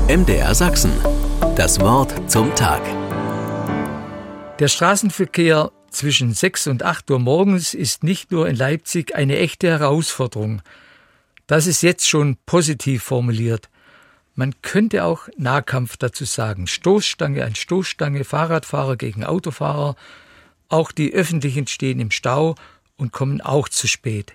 MDR Sachsen. Das Wort zum Tag. Der Straßenverkehr zwischen 6 und 8 Uhr morgens ist nicht nur in Leipzig eine echte Herausforderung. Das ist jetzt schon positiv formuliert. Man könnte auch Nahkampf dazu sagen. Stoßstange an Stoßstange, Fahrradfahrer gegen Autofahrer. Auch die Öffentlichen stehen im Stau und kommen auch zu spät.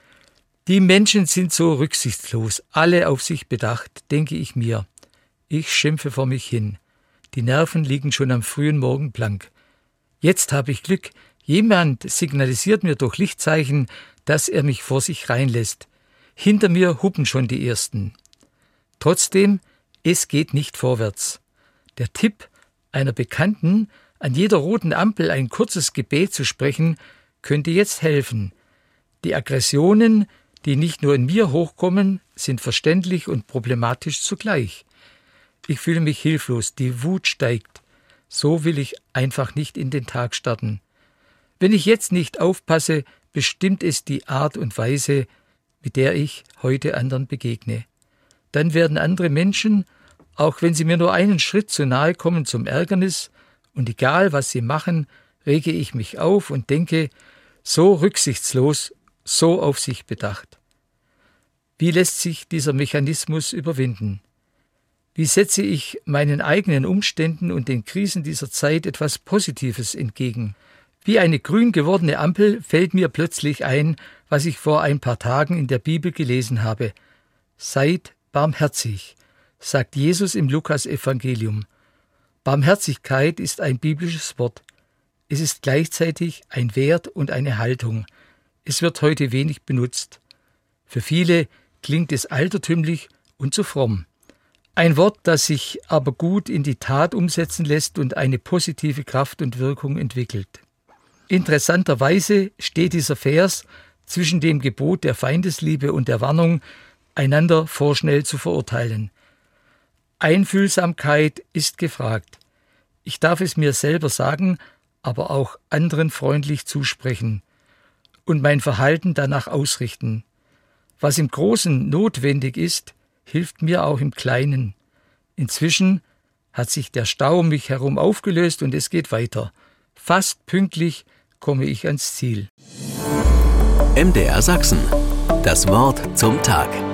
Die Menschen sind so rücksichtslos, alle auf sich bedacht, denke ich mir. Ich schimpfe vor mich hin. Die Nerven liegen schon am frühen Morgen blank. Jetzt habe ich Glück. Jemand signalisiert mir durch Lichtzeichen, dass er mich vor sich reinlässt. Hinter mir hupen schon die Ersten. Trotzdem, es geht nicht vorwärts. Der Tipp einer Bekannten, an jeder roten Ampel ein kurzes Gebet zu sprechen, könnte jetzt helfen. Die Aggressionen, die nicht nur in mir hochkommen, sind verständlich und problematisch zugleich. Ich fühle mich hilflos, die Wut steigt. So will ich einfach nicht in den Tag starten. Wenn ich jetzt nicht aufpasse, bestimmt es die Art und Weise, mit der ich heute anderen begegne. Dann werden andere Menschen, auch wenn sie mir nur einen Schritt zu nahe kommen, zum Ärgernis, und egal was sie machen, rege ich mich auf und denke, so rücksichtslos, so auf sich bedacht. Wie lässt sich dieser Mechanismus überwinden? Wie setze ich meinen eigenen Umständen und den Krisen dieser Zeit etwas Positives entgegen? Wie eine grün gewordene Ampel fällt mir plötzlich ein, was ich vor ein paar Tagen in der Bibel gelesen habe. Seid barmherzig, sagt Jesus im Lukas-Evangelium. Barmherzigkeit ist ein biblisches Wort. Es ist gleichzeitig ein Wert und eine Haltung. Es wird heute wenig benutzt. Für viele klingt es altertümlich und zu fromm. Ein Wort, das sich aber gut in die Tat umsetzen lässt und eine positive Kraft und Wirkung entwickelt. Interessanterweise steht dieser Vers zwischen dem Gebot der Feindesliebe und der Warnung, einander vorschnell zu verurteilen. Einfühlsamkeit ist gefragt. Ich darf es mir selber sagen, aber auch anderen freundlich zusprechen und mein Verhalten danach ausrichten. Was im Großen notwendig ist, hilft mir auch im Kleinen. Inzwischen hat sich der Stau um mich herum aufgelöst und es geht weiter. Fast pünktlich komme ich ans Ziel. MDR Sachsen. Das Wort zum Tag.